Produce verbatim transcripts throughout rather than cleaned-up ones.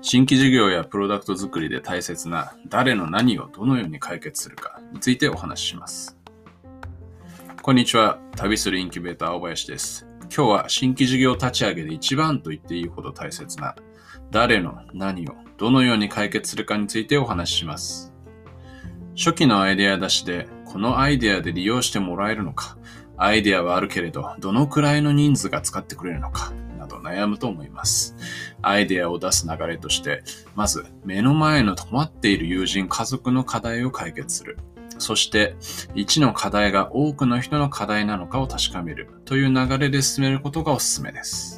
新規事業やプロダクト作りで大切な誰の何をどのように解決するかについてお話しします。こんにちは。旅するインキュベーター青林です。今日は新規事業立ち上げで一番と言っていいほど大切な誰の何をどのように解決するかについてお話しします。初期のアイデア出しでこのアイデアで利用してもらえるのか、アイデアはあるけれどどのくらいの人数が使ってくれるのかなど悩むと思います。アイデアを出す流れとして、まず目の前の困っている友人家族の課題を解決する。そしていちの課題が多くの人の課題なのかを確かめるという流れで進めることがおすすめです。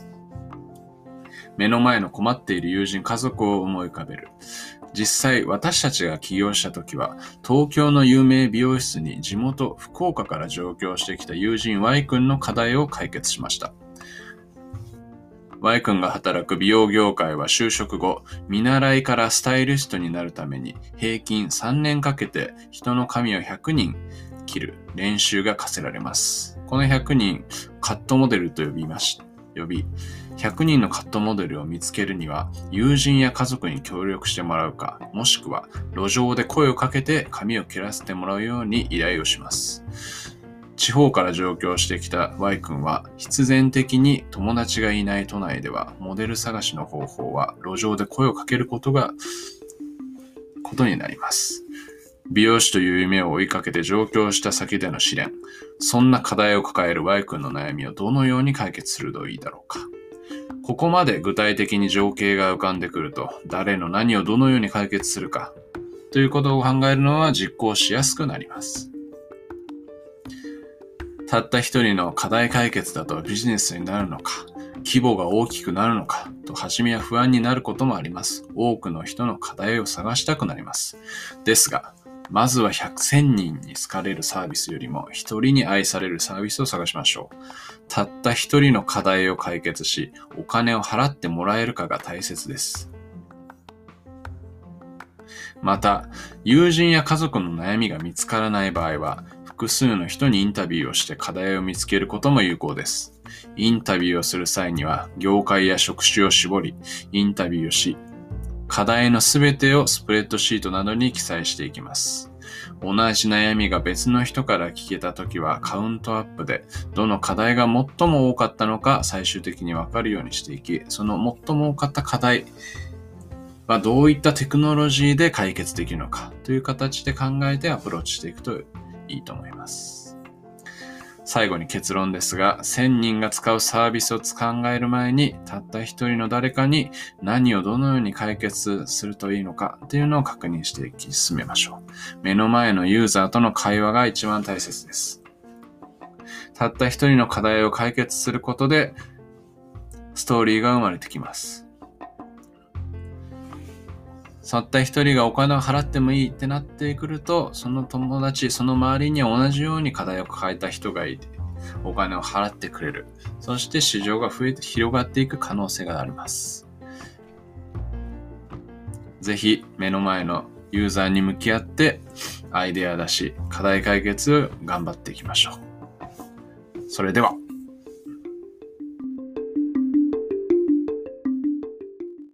目の前の困っている友人家族を思い浮かべる。実際私たちが起業した時は東京の有名美容室に地元福岡から上京してきた友人 Y 君の課題を解決しました。Y 君が働く美容業界は就職後、見習いからスタイリストになるために平均さんねんかけて人の髪をひゃくにん切る練習が課せられます。このひゃくにん、カットモデルと呼びまし、呼び、ひゃくにんのカットモデルを見つけるには、友人や家族に協力してもらうか、もしくは路上で声をかけて髪を切らせてもらうように依頼をします。地方から上京してきた Y 君は必然的に友達がいない都内ではモデル探しの方法は路上で声をかけることがことになります。美容師という夢を追いかけて上京した先での試練、そんな課題を抱える Y 君の悩みをどのように解決するといいだろうか。ここまで具体的に情景が浮かんでくると、誰の何をどのように解決するかということを考えるのは実行しやすくなります。たった一人の課題解決だとビジネスになるのか、規模が大きくなるのかと初めは不安になることもあります。多くの人の課題を探したくなります。ですが、まずは百千人に好かれるサービスよりも一人に愛されるサービスを探しましょう。たった一人の課題を解決し、お金を払ってもらえるかが大切です。また、友人や家族の悩みが見つからない場合は、複数の人にインタビューをして課題を見つけることも有効です。インタビューをする際には、業界や職種を絞り、インタビューをし、課題のすべてをスプレッドシートなどに記載していきます。同じ悩みが別の人から聞けたときはカウントアップで、どの課題が最も多かったのか最終的に分かるようにしていき、その最も多かった課題はどういったテクノロジーで解決できるのかという形で考えてアプローチしていくといいと思います。最後に結論ですが、せんにんが使うサービスを考える前に、たった一人の誰かに何をどのように解決するといいのかというのを確認していき進めましょう。目の前のユーザーとの会話が一番大切です。たった一人の課題を解決することで、ストーリーが生まれてきます。たった一人がお金を払ってもいいってなってくると、その友達、その周りに同じように課題を抱えた人がいて、お金を払ってくれる。そして市場が増えて広がっていく可能性があります。ぜひ目の前のユーザーに向き合ってアイデア出し、課題解決頑張っていきましょう。それでは。